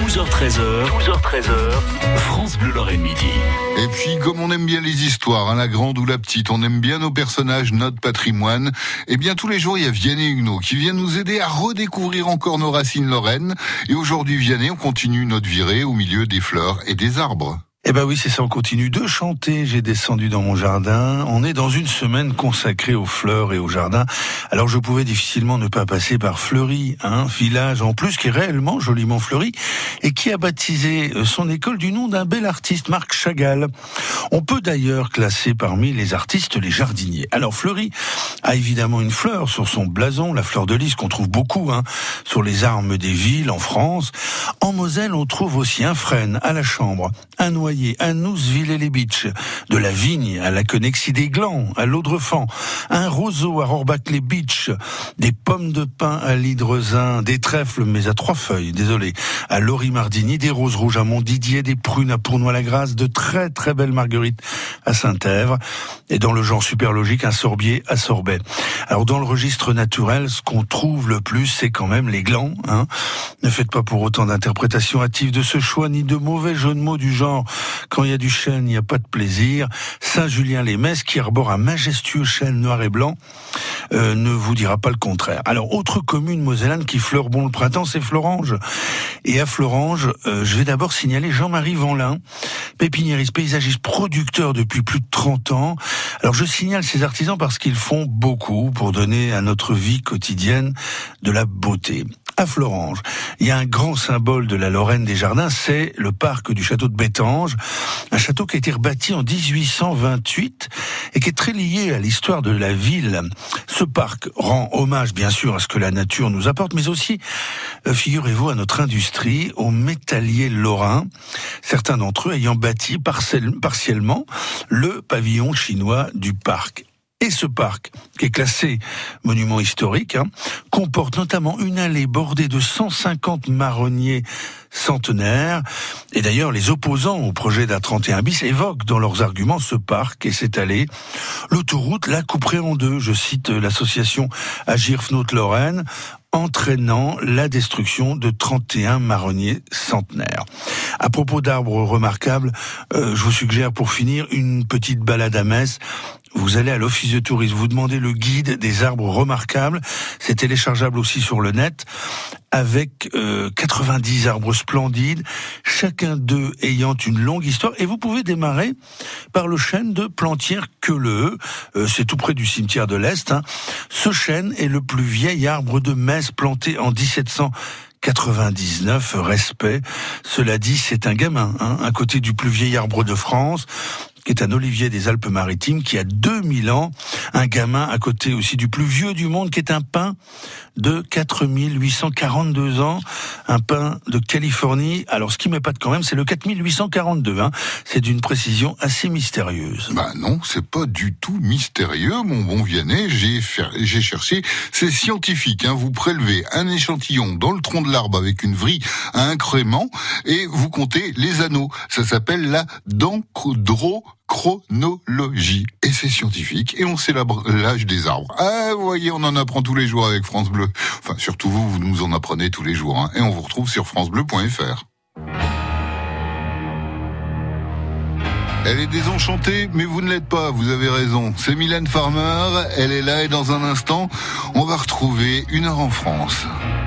12h13h, 12h13h, France Bleu Lorraine Midi. Et puis, comme on aime bien les histoires, la grande ou la petite, on aime bien nos personnages, notre patrimoine, eh bien, tous les jours, il y a Vianney Huguenot qui vient nous aider à redécouvrir encore nos racines lorraines. Et aujourd'hui, Vianney, on continue notre virée au milieu des fleurs et des arbres. Eh ben oui, c'est ça, on continue de chanter. J'ai descendu dans mon jardin. On est dans une semaine consacrée aux fleurs et au jardin. Alors je pouvais difficilement ne pas passer par Fleury, village en plus qui est réellement joliment fleuri et qui a baptisé son école du nom d'un bel artiste, Marc Chagall. On peut d'ailleurs classer parmi les artistes les jardiniers. Alors Fleury a évidemment une fleur sur son blason, la fleur de lys qu'on trouve beaucoup sur les armes des villes en France. En Moselle, on trouve aussi un frêne à la Chambre, un noyer à Nouzeville-les-Bitches, de la Vigne à la Connexie des Glands, à l'Audrefan, un roseau à Rorbach-les-Bitches, des pommes de pin à l'Hydrezin, des trèfles, mais à 3 feuilles, à Lori-Mardini, des roses rouges à Montdidier, des prunes à Pournois-la-Grasse, de très très belles marguerites à Saint-Èvre, et dans le genre super logique, un sorbier à Sorbet. Alors dans le registre naturel, ce qu'on trouve le plus, c'est quand même les glands. Ne faites pas pour autant d'interprétation hâtive de ce choix, ni de mauvais jeux de mots du genre quand il y a du chêne, il n'y a pas de plaisir. Saint-Julien-les-Metz, qui arbore un majestueux chêne noir et blanc, ne vous dira pas le contraire. Alors, autre commune mosellane qui fleure bon le printemps, c'est Florange. Et à Florange, je vais d'abord signaler Jean-Marie Vanlin, pépiniériste, paysagiste, producteur depuis plus de 30 ans. Alors, je signale ces artisans parce qu'ils font beaucoup pour donner à notre vie quotidienne de la beauté. À Florange, il y a un grand symbole de la Lorraine des jardins, c'est le parc du château de Bettange, un château qui a été rebâti en 1828 et qui est très lié à l'histoire de la ville. Ce parc rend hommage bien sûr à ce que la nature nous apporte, mais aussi, figurez-vous, à notre industrie, aux métalliers lorrains, certains d'entre eux ayant bâti partiellement le pavillon chinois du parc. Et ce parc, qui est classé monument historique, comporte notamment une allée bordée de 150 marronniers centenaires. Et d'ailleurs, les opposants au projet d'A31 bis évoquent dans leurs arguments ce parc et cette allée. L'autoroute la couperait en deux, je cite l'association Agir Fnaut Lorraine, entraînant la destruction de 31 marronniers centenaires. À propos d'arbres remarquables, je vous suggère pour finir une petite balade à Metz. Vous allez à l'office de tourisme, vous demandez le guide des arbres remarquables, c'est téléchargeable aussi sur le net, avec 90 arbres splendides, chacun d'eux ayant une longue histoire, et vous pouvez démarrer par le chêne de Plantière-Queuleux, c'est tout près du cimetière de l'Est. Ce chêne est le plus vieil arbre de Metz, planté en 1799, respect. Cela dit, c'est un gamin, à côté du plus vieil arbre de France, qui est un olivier des Alpes-Maritimes, qui a 2000 ans, un gamin à côté aussi du plus vieux du monde, qui est un pin de 4842 ans, un pin de Californie. Alors, ce qui m'épate quand même, c'est le 4842, c'est d'une précision assez mystérieuse. Non, c'est pas du tout mystérieux, mon bon Vianney, j'ai cherché, c'est scientifique, vous prélevez un échantillon dans le tronc de l'arbre avec une vrille à incrément, et vous comptez les anneaux. Ça s'appelle la dendrochronologie. Et c'est scientifique, et on sait l'âge des arbres. Vous voyez, on en apprend tous les jours avec France Bleu. Enfin, surtout vous nous en apprenez tous les jours, et on vous retrouve sur francebleu.fr. Elle est désenchantée, mais vous ne l'êtes pas, vous avez raison. C'est Mylène Farmer, elle est là, et dans un instant, on va retrouver 1 heure en France.